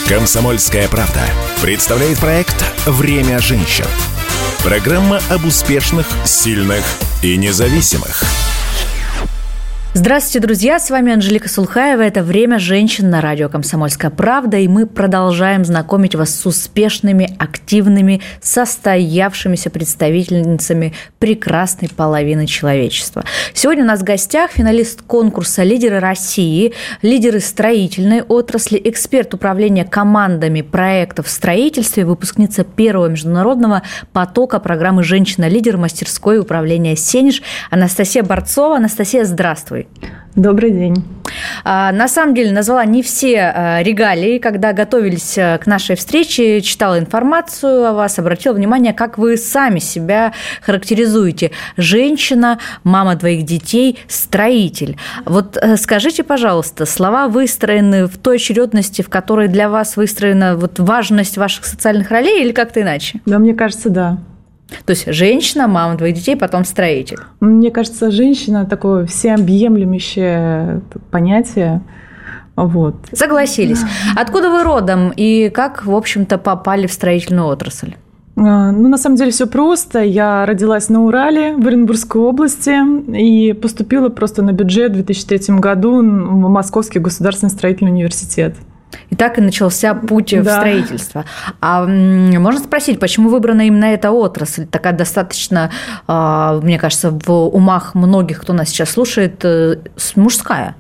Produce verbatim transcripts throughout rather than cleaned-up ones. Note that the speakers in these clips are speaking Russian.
«Комсомольская правда» представляет проект «Время женщин». Программа об успешных, сильных и независимых. Здравствуйте, друзья! С вами Анжелика Сулхаева. Это «Время женщин» на радио «Комсомольская правда». И мы продолжаем знакомить вас с успешными, активными, состоявшимися представительницами прекрасной половины человечества. Сегодня у нас в гостях финалист конкурса «Лидеры России», лидеры строительной отрасли, эксперт управления командами проектов в строительстве, выпускница первого международного потока программы «Женщина-лидер» мастерской управления «Сенеж» Анастасия Борцова. Анастасия, здравствуй. Добрый день. На самом деле назвала не все регалии. Когда готовились к нашей встрече, читала информацию о вас, обратила внимание, как вы сами себя характеризуете. Женщина, мама двоих детей, строитель. Вот скажите, пожалуйста, слова выстроены в той очередности, в которой для вас выстроена вот важность ваших социальных ролей, или как-то иначе? Да, мне кажется, да. То есть женщина, мама двоих детей, потом строитель. Мне кажется, женщина – такое всеобъемлющее понятие. Вот. Согласились. Откуда вы родом и как, в общем-то, попали в строительную отрасль? Ну, на самом деле все просто. Я родилась на Урале, в Оренбургской области, и поступила просто на бюджет в две тысячи третьем году в Московский государственный строительный университет. И так и начался путь да. в строительство. А можно спросить, почему выбрана именно эта отрасль? Такая достаточно, мне кажется, в умах многих, кто нас сейчас слушает, мужская.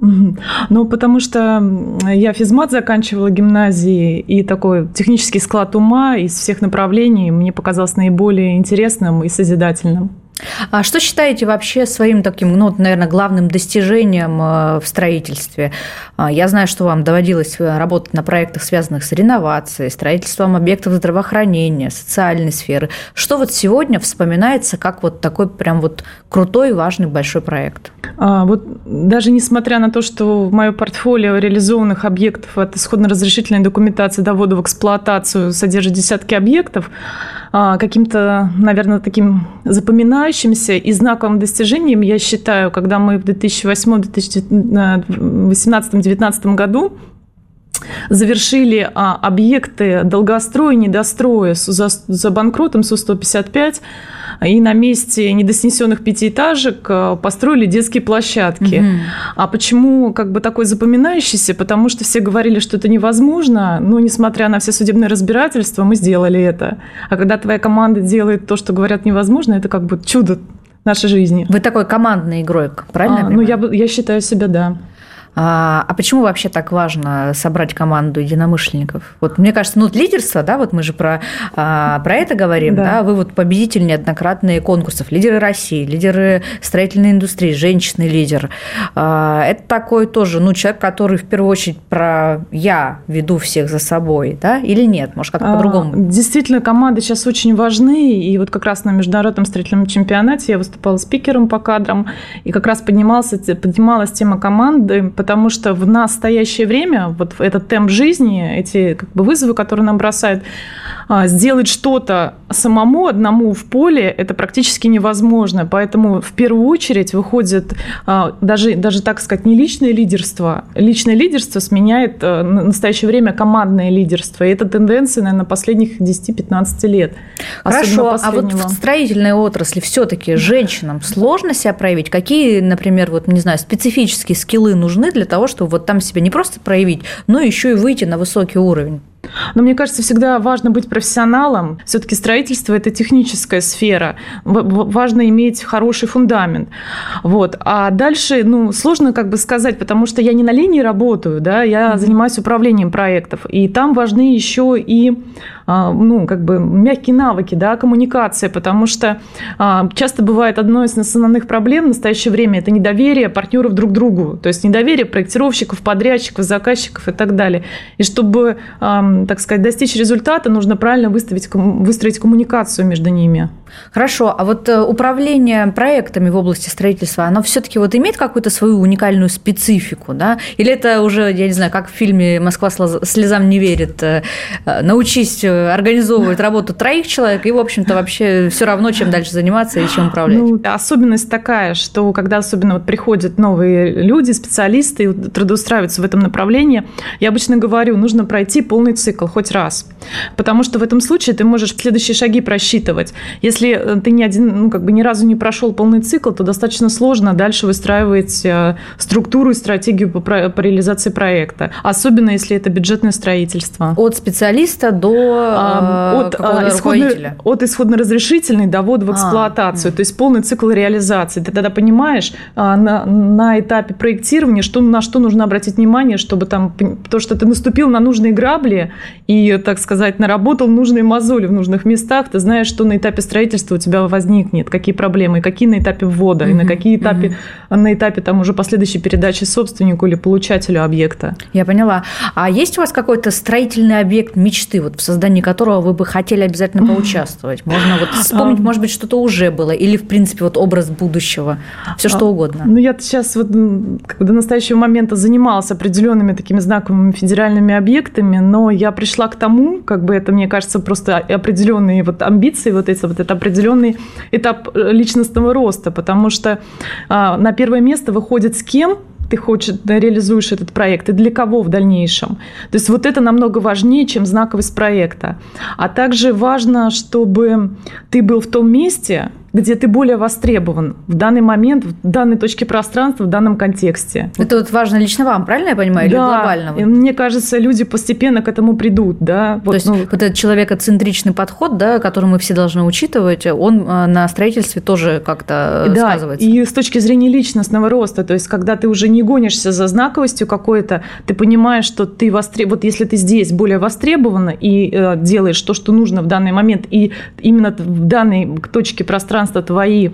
Ну, потому что я физмат заканчивала гимназии, и такой технический склад ума из всех направлений мне показался наиболее интересным и созидательным. А что считаете вообще своим таким, ну, наверное, главным достижением в строительстве? Я знаю, что вам доводилось работать на проектах, связанных с реновацией, строительством объектов здравоохранения, социальной сферы. Что вот сегодня вспоминается как вот такой прям вот крутой, важный, большой проект? А, вот даже несмотря на то, что в моё портфолио реализованных объектов от исходно-разрешительной документации до ввода в эксплуатацию содержит десятки объектов, каким-то, наверное, таким запоминающимся и знаковым достижением я считаю, когда мы в две тысячи восьмом - две тысячи восемнадцатом - две тысячи девятнадцатом году завершили объекты долгостроя и недостроя за, за банкротом Су сто пятьдесят пять, и на месте недоснесенных пятиэтажек построили детские площадки. Mm-hmm. А почему как бы такой запоминающийся? Потому что все говорили, что это невозможно, но несмотря на все судебные разбирательства, мы сделали это. А когда твоя команда делает то, что говорят невозможно, это как бы чудо нашей жизни. Вы такой командный игрок, правильно? А, ну, я, я считаю себя, да. А, а почему вообще так важно собрать команду единомышленников? Вот мне кажется, ну, лидерство, да, вот мы же про, а, про это говорим, да. да, вы вот победитель неоднократные конкурсов, лидеры России, лидеры строительной индустрии, женщины-лидер. А, это такой тоже, ну, человек, который в первую очередь про «я веду всех за собой», да, или нет? Может, как-то а, по-другому? Действительно, команды сейчас очень важны, и вот как раз на международном строительном чемпионате я выступала спикером по кадрам, и как раз поднималась, поднималась тема команды, потому что в настоящее время вот этот темп жизни, эти как бы вызовы, которые нам бросают, сделать что-то самому одному в поле, это практически невозможно. Поэтому в первую очередь выходит даже, даже так сказать, не личное лидерство. Личное лидерство сменяет в настоящее время командное лидерство. И это тенденция, наверное, последних десяти-пятнадцати лет. Хорошо, а вот в строительной отрасли все-таки женщинам сложно себя проявить? Какие, например, вот, не знаю, специфические скиллы нужны для того, чтобы вот там себя не просто проявить, но еще и выйти на высокий уровень? Но мне кажется, всегда важно быть профессионалом. Все-таки строительство – это техническая сфера. Важно иметь хороший фундамент. Вот. А дальше, ну, сложно как бы сказать, потому что я не на линии работаю, да, я mm-hmm. занимаюсь управлением проектов. И там важны еще и ну, как бы мягкие навыки, да, коммуникация, потому что часто бывает одной из основных проблем в настоящее время – это недоверие партнеров друг к другу. То есть недоверие проектировщиков, подрядчиков, заказчиков и так далее. И чтобы, так сказать, достичь результата, нужно правильно выставить, выстроить коммуникацию между ними. Хорошо, а вот управление проектами в области строительства, оно все-таки вот имеет какую-то свою уникальную специфику, да? Или это уже, я не знаю, как в фильме «Москва слезам не верит», научись организовывать работу троих человек и, в общем-то, вообще все равно, чем дальше заниматься и чем управлять? Ну, особенность такая, что когда особенно вот приходят новые люди, специалисты, и трудоустраиваются в этом направлении, я обычно говорю, нужно пройти полный цикл хоть раз, потому что в этом случае ты можешь следующие шаги просчитывать. Если ты ни один, ну, как бы ни разу не прошел полный цикл, то достаточно сложно дальше выстраивать структуру и стратегию по, по реализации проекта, особенно если это бюджетное строительство. От специалиста до а, от, а, исходно, от исходно-разрешительной до ввода в эксплуатацию, а, то есть полный цикл реализации. Ты тогда понимаешь а, на, на этапе проектирования, что, на что нужно обратить внимание, чтобы там, то, что ты наступил на нужные грабли и, так сказать, наработал нужные мозоли в нужных местах, ты знаешь, что на этапе строительства у тебя возникнет, какие проблемы, и какие на этапе ввода, mm-hmm. и на какие этапе, mm-hmm. на этапе там уже последующей передачи собственнику или получателю объекта. Я поняла. А есть у вас какой-то строительный объект мечты, вот в создании которого вы бы хотели обязательно поучаствовать? Можно вот вспомнить, может быть, что-то уже было, или, в принципе, вот образ будущего, все что угодно. Ну, я сейчас вот как бы до настоящего момента занималась определенными такими знаковыми федеральными объектами, но я пришла к тому, как бы это, мне кажется, просто определенные вот амбиции, вот эти вот это определенный этап личностного роста, потому что а, на первое место выходит с кем ты хочешь, реализуешь этот проект и для кого в дальнейшем. То есть вот это намного важнее, чем знаковость проекта. А также важно, чтобы ты был в том месте, где ты более востребован в данный момент, в данной точке пространства, в данном контексте. Это вот важно лично вам, правильно я понимаю, да, или глобально? Вот? Мне кажется, люди постепенно к этому придут. Да? Вот, То есть ну... вот этот человекоцентричный подход, да, который мы все должны учитывать, он на строительстве тоже как-то да, сказывается. И с точки зрения личностного роста, то есть когда ты уже не гонишься за знаковостью какой-то, ты понимаешь, что ты востребован, вот если ты здесь более востребован и э, делаешь то, что нужно в данный момент, и именно в данной точке пространства твои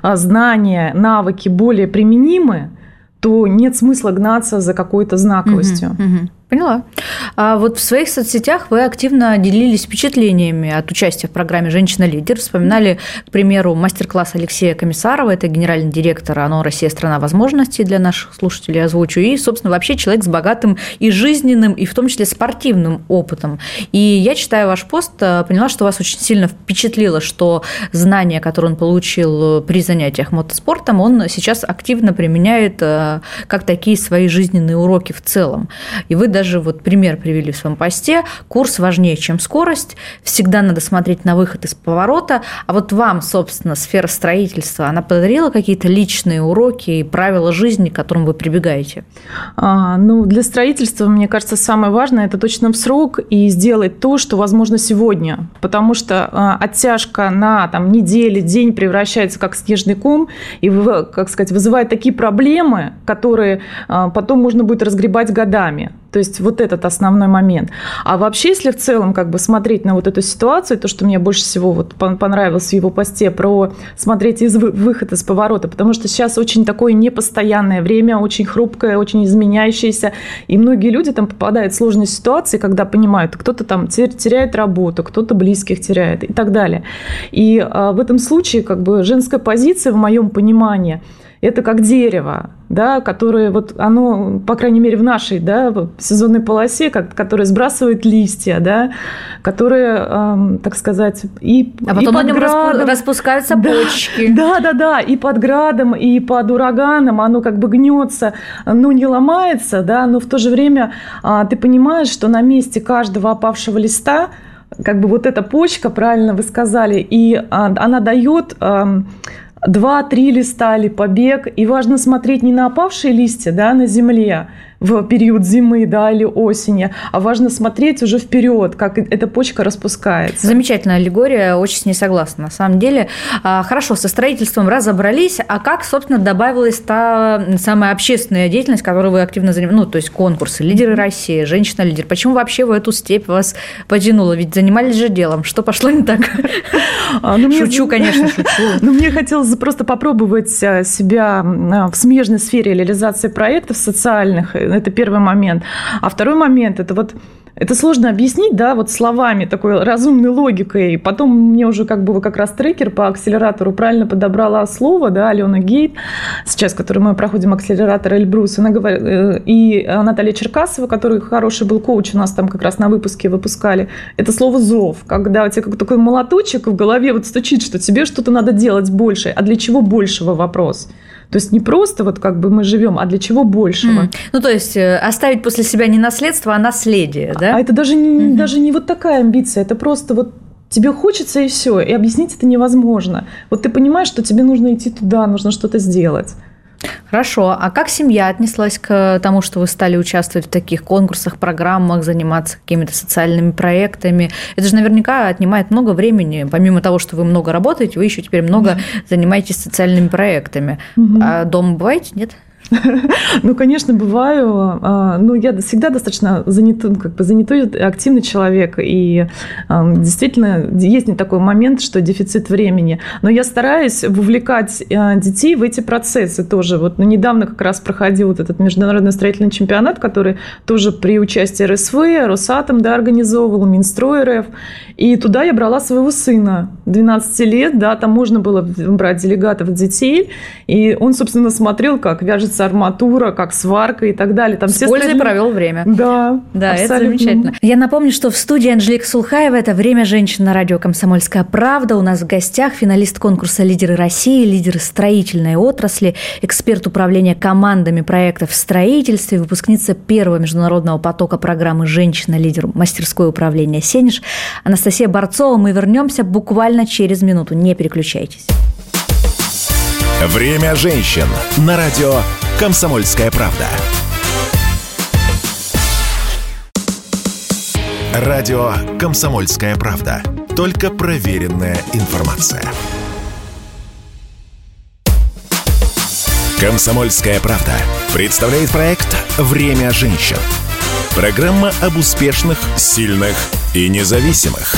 знания, навыки более применимы, то нет смысла гнаться за какой-то знаковостью. Угу, угу. Поняла. А вот в своих соцсетях вы активно делились впечатлениями от участия в программе «Женщина-лидер». Вспоминали, к примеру, мастер-класс Алексея Комиссарова, это генеральный директор ОНО «Россия – страна возможностей», для наших слушателей озвучу, и, собственно, вообще человек с богатым и жизненным, и в том числе спортивным опытом. И я, читая ваш пост, поняла, что вас очень сильно впечатлило, что знания, которые он получил при занятиях мотоспортом, он сейчас активно применяет как такие свои жизненные уроки в целом. И вы даже Даже вот пример привели в своем посте. Курс важнее, чем скорость. Всегда надо смотреть на выход из поворота. А вот вам, собственно, сфера строительства, она подарила какие-то личные уроки и правила жизни, к которым вы прибегаете? А, ну, для строительства, мне кажется, самое важное – это точно в срок и сделать то, что возможно сегодня. Потому что а, оттяжка на там, неделю, день превращается как снежный ком и, как сказать, вызывает такие проблемы, которые а, потом можно будет разгребать годами. То есть вот этот основной момент. А вообще, если в целом как бы смотреть на вот эту ситуацию, то, что мне больше всего вот понравилось в его посте про смотреть из выход из поворота, потому что сейчас очень такое непостоянное время, очень хрупкое, очень изменяющееся, и многие люди там попадают в сложные ситуации, когда понимают, кто-то там теряет работу, кто-то близких теряет и так далее. И а, в этом случае как бы женская позиция, в моем понимании, это как дерево, да, которое вот оно, по крайней мере, в нашей, да, сезонной полосе, как, которое сбрасывает листья, да, которые, эм, так сказать, и а потом на нем градом, распускаются да, почки. Да, да, да, и под градом, и под ураганом оно как бы гнется, ну, не ломается, да, но в то же время а, ты понимаешь, что на месте каждого опавшего листа как бы вот эта почка, правильно вы сказали, и а, она дает... А, два-три листа или побег, и важно смотреть не на опавшие листья, да, на земле в период зимы, да, или осени, а важно смотреть уже вперед, как эта почка распускается. Замечательная аллегория, очень с ней согласна. На самом деле, хорошо, со строительством разобрались, а как, собственно, добавилась та самая общественная деятельность, которой вы активно занимаетесь, ну, то есть конкурсы, лидеры России, женщина-лидер. Почему вообще в эту степь вас потянуло? Ведь занимались же делом. Что пошло не так? Шучу, конечно, шучу. Ну, мне хотелось просто попробовать себя в смежной сфере реализации проектов социальных. Это первый момент. А второй момент – это вот Это сложно объяснить, да, вот словами, такой разумной логикой. Потом мне уже как бы как раз трекер по акселератору правильно подобрала слово, да, Алена Гейт, сейчас, который мы проходим акселератор Эльбрус, она говорит, и Наталья Черкасова, который хороший был коуч, у нас там как раз на выпуске выпускали, это слово «зов», когда у тебя как такой молоточек в голове вот стучит, что тебе что-то надо делать больше, а для чего большего вопрос? То есть не просто вот как бы мы живем, а для чего большего. Mm. Ну, то есть оставить после себя не наследство, а наследие, да? А это даже не, mm-hmm. даже не вот такая амбиция, это просто вот тебе хочется и все, и объяснить это невозможно. Вот ты понимаешь, что тебе нужно идти туда, нужно что-то сделать. Хорошо. А как семья отнеслась к тому, что вы стали участвовать в таких конкурсах, программах, заниматься какими-то социальными проектами? Это же наверняка отнимает много времени. Помимо того, что вы много работаете, вы еще теперь много mm-hmm. занимаетесь социальными проектами. Mm-hmm. А дома бываете, нет? Ну, конечно, бываю. Но я всегда достаточно занятой, как бы занятой, активный человек. И действительно, есть не такой момент, что дефицит времени. Но я стараюсь вовлекать детей в эти процессы тоже. Вот недавно как раз проходил вот этот международный строительный чемпионат, который тоже при участии эр эс вэ, Росатом, да, организовывал, Минстрой эр эф. И туда я брала своего сына, двенадцати лет, да, там можно было брать делегатов детей. И он, собственно, смотрел, как вяжется арматура, как сварка и так далее. Там с пользой стали... провел время. Да, да, абсолютно. Это замечательно. Я напомню, что в студии Анжелика Сулхаева. Это «Время женщин» на радио «Комсомольская правда». У нас в гостях финалист конкурса «Лидеры России», лидеры строительной отрасли, эксперт управления командами проектов в строительстве, выпускница первого международного потока программы «Женщина-лидер» мастерское управление «Сенеж» Анастасия Борцова. Мы вернемся буквально через минуту. Не переключайтесь. «Время женщин» на радио «Комсомольская правда». Радио «Комсомольская правда». Только проверенная информация. «Комсомольская правда» представляет проект «Время женщин». Программа об успешных, сильных и независимых.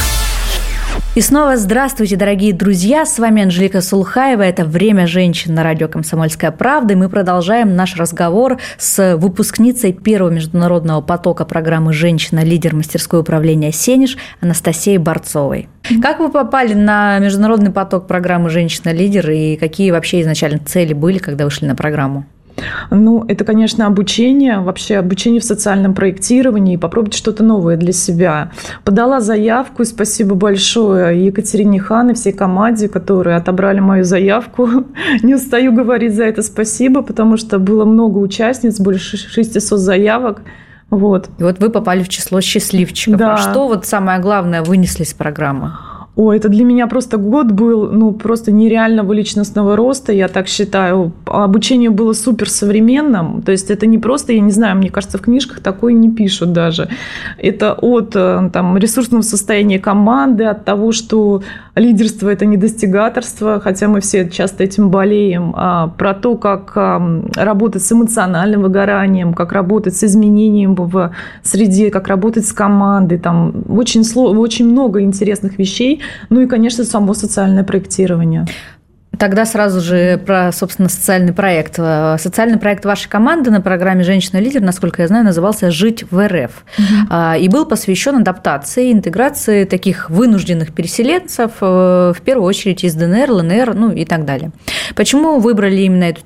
И снова здравствуйте, дорогие друзья! С вами Анжелика Сулхаева. Это «Время женщин» на радио «Комсомольская правда». И мы продолжаем наш разговор с выпускницей первого международного потока программы «Женщина-лидер» мастерское управление «Сенеж» Анастасией Борцовой. Как вы попали на международный поток программы «Женщина-лидер» и какие вообще изначально цели были, когда вы шли на программу? Ну, это, конечно, обучение, вообще обучение в социальном проектировании, попробовать что-то новое для себя. Подала заявку, и спасибо большое Екатерине Хан и всей команде, которые отобрали мою заявку. Не устаю говорить за это спасибо, потому что было много участниц, больше шестисот заявок. Вот. И вот вы попали в число счастливчиков. Да. А что вот самое главное вынесли из программы? Ой, это для меня просто год был, ну, просто нереального личностного роста, я так считаю. Обучение было суперсовременным, то есть это не просто, я не знаю, мне кажется, в книжках такое не пишут даже. Это от там, ресурсного состояния команды, от того, что лидерство – это не достигаторство, хотя мы все часто этим болеем, а про то, как работать с эмоциональным выгоранием, как работать с изменением в среде, как работать с командой. Там очень, очень много интересных вещей. Ну и, конечно, само социальное проектирование. Тогда сразу же про, собственно, социальный проект. Социальный проект вашей команды на программе «Женщина-лидер», насколько я знаю, назывался «Жить в эр эф». Угу. И был посвящен адаптации, интеграции таких вынужденных переселенцев, в первую очередь из дэ эн эр, эл эн эр, ну и так далее. Почему выбрали именно эту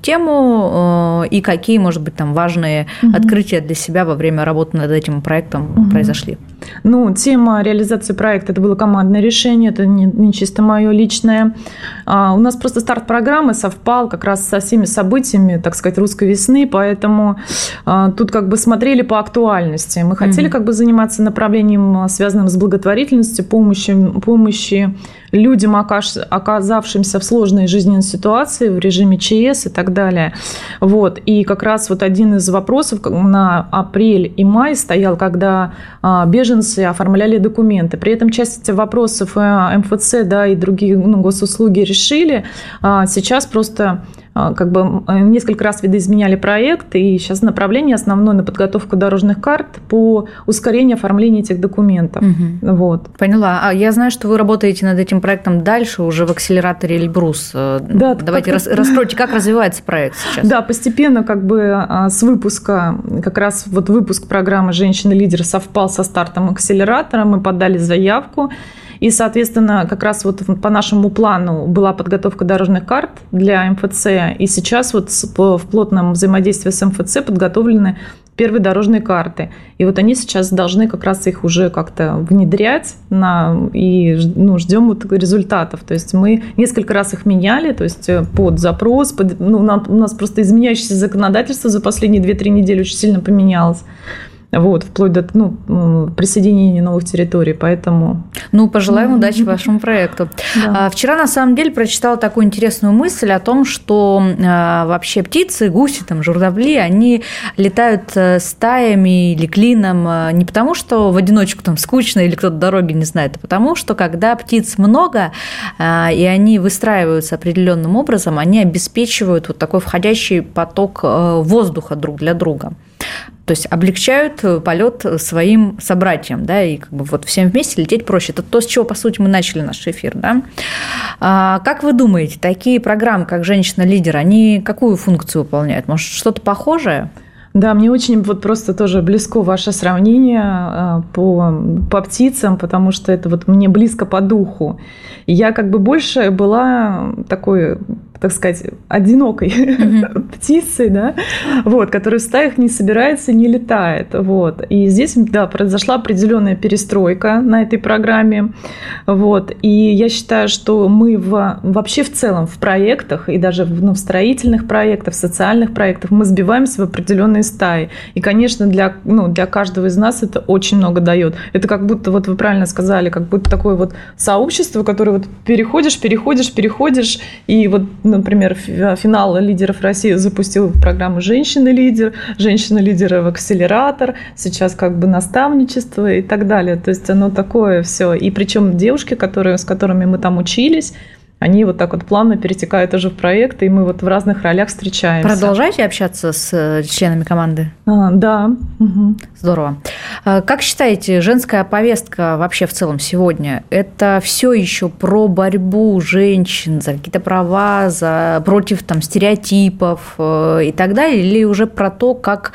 тему и какие, может быть, там важные угу. открытия для себя во время работы над этим проектом угу. произошли? Ну, тема реализации проекта – это было командное решение, это не, не чисто мое личное. А, у нас просто старт программы совпал как раз со всеми событиями, так сказать, русской весны, поэтому а, тут как бы смотрели по актуальности. Мы хотели mm-hmm. как бы заниматься направлением, связанным с благотворительностью, помощью, помощи людям, оказавшимся в сложной жизненной ситуации, в режиме ЧС и так далее. Вот. И как раз вот один из вопросов на апрель и май стоял, когда беженцы оформляли документы. При этом часть вопросов эм эф цэ, да, и другие, ну, госуслуги решили. Сейчас просто как бы несколько раз видоизменяли проект, и сейчас направление основное на подготовку дорожных карт по ускорению оформления этих документов. Угу. Вот. Поняла. А я знаю, что вы работаете над этим проектом дальше, уже в акселераторе Эльбрус. Да, давайте как... раскройте, как развивается проект сейчас. Да, постепенно как бы с выпуска, как раз вот выпуск программы «Женщины-лидеры» совпал со стартом акселератора, мы подали заявку. И, соответственно, как раз вот по нашему плану была подготовка дорожных карт для эм эф цэ, и сейчас вот в плотном взаимодействии с эм эф цэ подготовлены первые дорожные карты. И вот они сейчас должны как раз их уже как-то внедрять, на, и ну, ждем вот результатов. То есть мы несколько раз их меняли, то есть под запрос, под, ну, у нас просто изменяющееся законодательство за последние две-три недели очень сильно поменялось. Вот, вплоть до ну, присоединения новых территорий, поэтому... Ну, пожелаем mm-hmm. удачи вашему проекту. Да. Вчера, на самом деле, прочитала такую интересную мысль о том, что а, вообще птицы, гуси, там, журавли, они летают стаями или клином не потому, что в одиночку там скучно или кто-то дороги не знает, а потому, что когда птиц много, а, и они выстраиваются определенным образом, они обеспечивают вот такой входящий поток воздуха друг для друга. То есть облегчают полет своим собратьям, да, и как бы вот всем вместе лететь проще. Это то, с чего, по сути, мы начали наш эфир, да. А как вы думаете, такие программы, как «Женщина-лидер», они какую функцию выполняют? Может, что-то похожее? Да, мне очень вот просто тоже близко ваше сравнение по, по птицам, потому что это вот мне близко по духу. Я как бы больше была такой, так сказать, одинокой mm-hmm. птицей, да, вот, которая в стаях не собирается, не летает. Вот. И здесь, да, произошла определенная перестройка на этой программе. Вот. И я считаю, что мы в, вообще в целом в проектах, и даже в, ну, в строительных проектах, в социальных проектах, мы сбиваемся в определенные стаи. И, конечно, для, ну, для каждого из нас это очень много дает. Это как будто, вот вы правильно сказали, как будто такое вот сообщество, которое вот переходишь, переходишь, переходишь, и вот, например, финал лидеров России запустил программу «Женщины-лидер», «Женщина-лидеры» в акселератор, сейчас как бы наставничество и так далее. То есть оно такое все. И причем девушки, которые, с которыми мы там учились, они вот так вот плавно перетекают уже в проекты, и мы вот в разных ролях встречаемся. Продолжаете общаться с членами команды? А, да. Угу. Здорово. Как считаете, женская повестка вообще в целом сегодня – это все еще про борьбу женщин за какие-то права, за, против там, стереотипов и так далее, или уже про то, как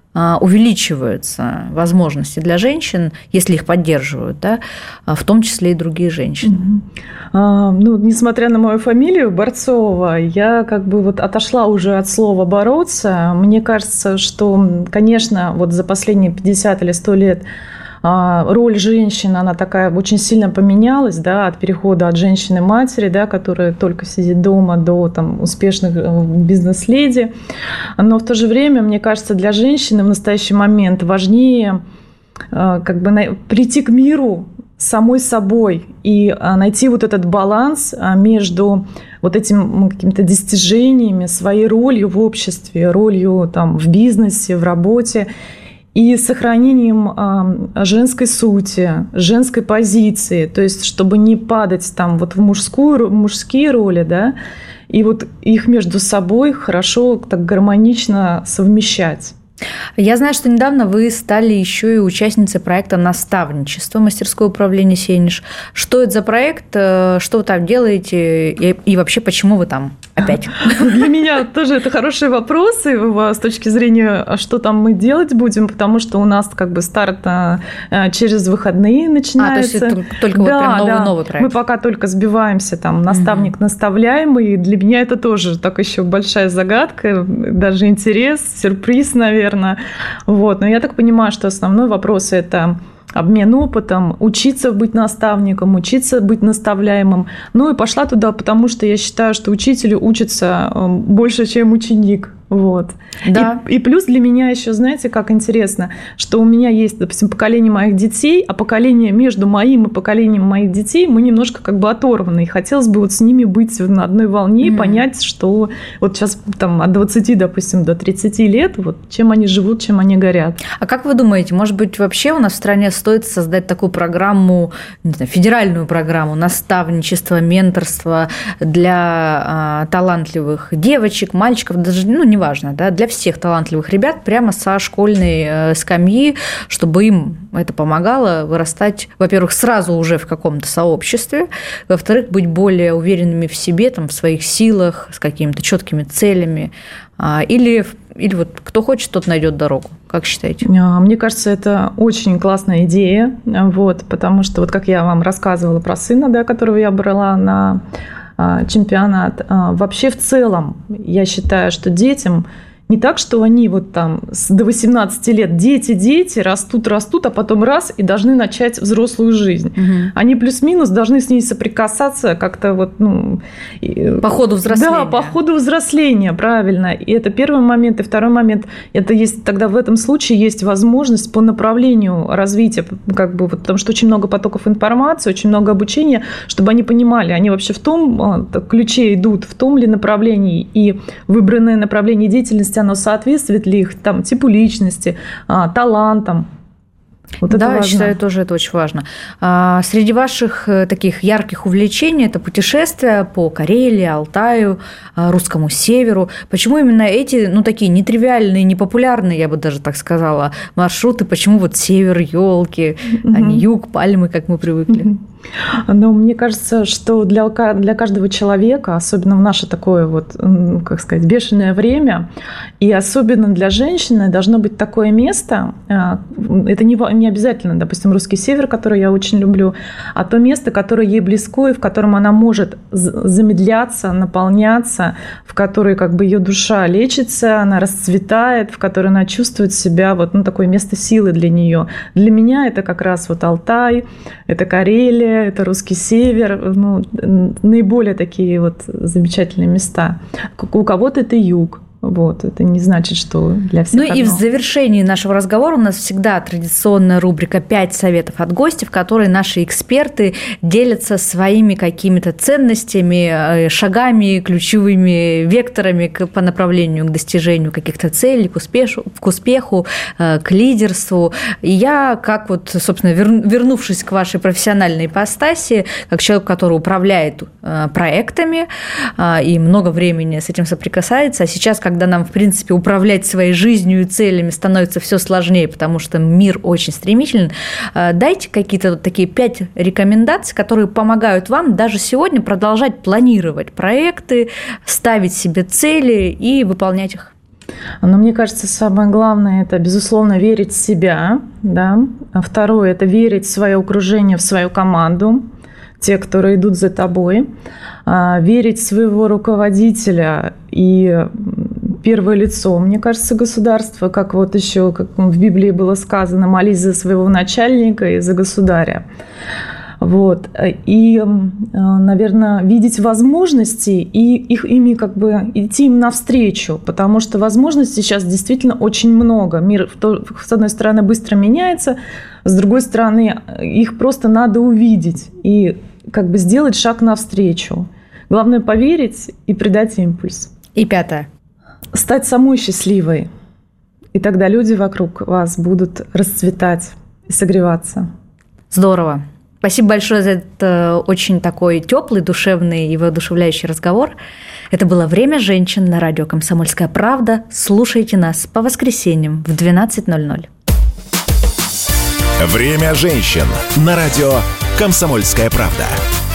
увеличиваются возможности для женщин, если их поддерживают, да, в том числе и другие женщины? Mm-hmm. А, ну, несмотря на мою фамилию Борцова, я как бы вот отошла уже от слова «бороться». Мне кажется, что, конечно, вот за последние пятьдесят или сто лет роль женщины, она такая очень сильно поменялась, да, от перехода от женщины-матери, да, которая только сидит дома, до там, успешных бизнес-леди. Но в то же время, мне кажется, для женщины в настоящий момент важнее как бы прийти к миру самой собой и найти вот этот баланс между вот этими какими-то достижениями, своей ролью в обществе, ролью там, в бизнесе, в работе, и сохранением женской сути, женской позиции, то есть чтобы не падать там вот в мужскую, мужские роли, да, и вот их между собой хорошо, так гармонично совмещать. Я знаю, что недавно вы стали еще и участницей проекта «Наставничество» мастерское управление «Сенеж». Что это за проект, что вы там делаете и, и вообще почему вы там опять? Для меня тоже это хорошие вопросы с точки зрения, что там мы делать будем, потому что у нас как бы старт через выходные начинается. А, то есть это только да, вот прям новый, да. новый проект. Мы пока только сбиваемся, там наставник угу. наставляемый, и для меня это тоже так еще большая загадка, даже интерес, сюрприз, наверное. Вот. Но я так понимаю, что основной вопрос – это обмен опытом, учиться быть наставником, учиться быть наставляемым. Ну и пошла туда, потому что я считаю, что учитель учится больше, чем ученик. Вот. Да. И, и плюс для меня еще, знаете, как интересно, что у меня есть, допустим, поколение моих детей, а поколение между моим и поколением моих детей мы немножко как бы оторваны. И хотелось бы вот с ними быть на одной волне, mm. понять, что вот сейчас там от двадцати, допустим, до тридцати лет, вот чем они живут, чем они горят. А как вы думаете, может быть, вообще у нас в стране стоит создать такую программу, не знаю, федеральную программу наставничества, менторства для а, талантливых девочек, мальчиков, даже, ну, не важно, да, для всех талантливых ребят прямо со школьной э, скамьи, чтобы им это помогало вырастать, во-первых, сразу уже в каком-то сообществе, во-вторых, быть более уверенными в себе, там, в своих силах, с какими-то четкими целями, а, или, или вот кто хочет, тот найдет дорогу. Как считаете? Мне кажется, это очень классная идея, вот, потому что, вот как я вам рассказывала про сына, да, которого я брала на чемпионат. Вообще в целом я считаю, что детям не так, что они вот там до восемнадцати лет дети-дети растут, растут, а потом раз и должны начать взрослую жизнь. Угу. Они плюс-минус должны с ней соприкасаться как-то вот, ну... По ходу взросления. Да, по ходу взросления, правильно. И это первый момент. И второй момент, это есть, тогда в этом случае есть возможность по направлению развития, как бы, вот, потому что очень много потоков информации, очень много обучения, чтобы они понимали, они вообще в том ключе идут, в том ли направлении, и выбранное направление деятельности, оно соответствует ли их там, типу личности, талантам. Вот да, это важно. Я считаю, тоже это очень важно. А, среди ваших таких ярких увлечений это путешествия по Карелии, Алтаю, Русскому Северу. Почему именно эти, ну, такие нетривиальные, непопулярные, я бы даже так сказала, маршруты? Почему вот север, елки, угу. а не юг, пальмы, как мы привыкли? Угу. Но мне кажется, что для, для каждого человека, особенно в наше такое вот, как сказать, бешеное время, и особенно для женщины должно быть такое место, это не, не обязательно, допустим, Русский Север, который я очень люблю, а то место, которое ей близко, и в котором она может замедляться, наполняться, в которой как бы ее душа лечится, она расцветает, в которой она чувствует себя, вот, ну, такое место силы для нее. Для меня это как раз вот Алтай, это Карелия, это Русский Север, ну, наиболее такие вот замечательные места. У кого-то это юг. Вот, это не значит, что для всех Ну одно. И в завершении нашего разговора у нас всегда традиционная рубрика «Пять советов от гостя», в которой наши эксперты делятся своими какими-то ценностями, шагами, ключевыми векторами по направлению к достижению каких-то целей, к успеху, к успеху, к лидерству. И я, как вот, собственно, вернувшись к вашей профессиональной ипостаси, как человек, который управляет проектами и много времени с этим соприкасается, а сейчас, как когда нам, в принципе, управлять своей жизнью и целями становится все сложнее, потому что мир очень стремителен, дайте какие-то вот такие пять рекомендаций, которые помогают вам даже сегодня продолжать планировать проекты, ставить себе цели и выполнять их. Но мне кажется, самое главное – это, безусловно, верить в себя. Да? А второе – это верить в свое окружение, в свою команду, те, которые идут за тобой, верить в своего руководителя и первое лицо, мне кажется, государства, как вот еще как в Библии было сказано, молись за своего начальника и за государя. Вот. И, наверное, видеть возможности и их, ими как бы идти им навстречу, потому что возможностей сейчас действительно очень много. Мир, с одной стороны, быстро меняется, с другой стороны, их просто надо увидеть и как бы сделать шаг навстречу. Главное поверить и придать импульс. И пятое. Стать самой счастливой. И тогда люди вокруг вас будут расцветать и согреваться. Здорово. Спасибо большое за этот очень такой теплый, душевный и воодушевляющий разговор. Это было «Время женщин» на радио «Комсомольская правда». Слушайте нас по воскресеньям в двенадцать ноль ноль. «Время женщин» на радио «Комсомольская правда».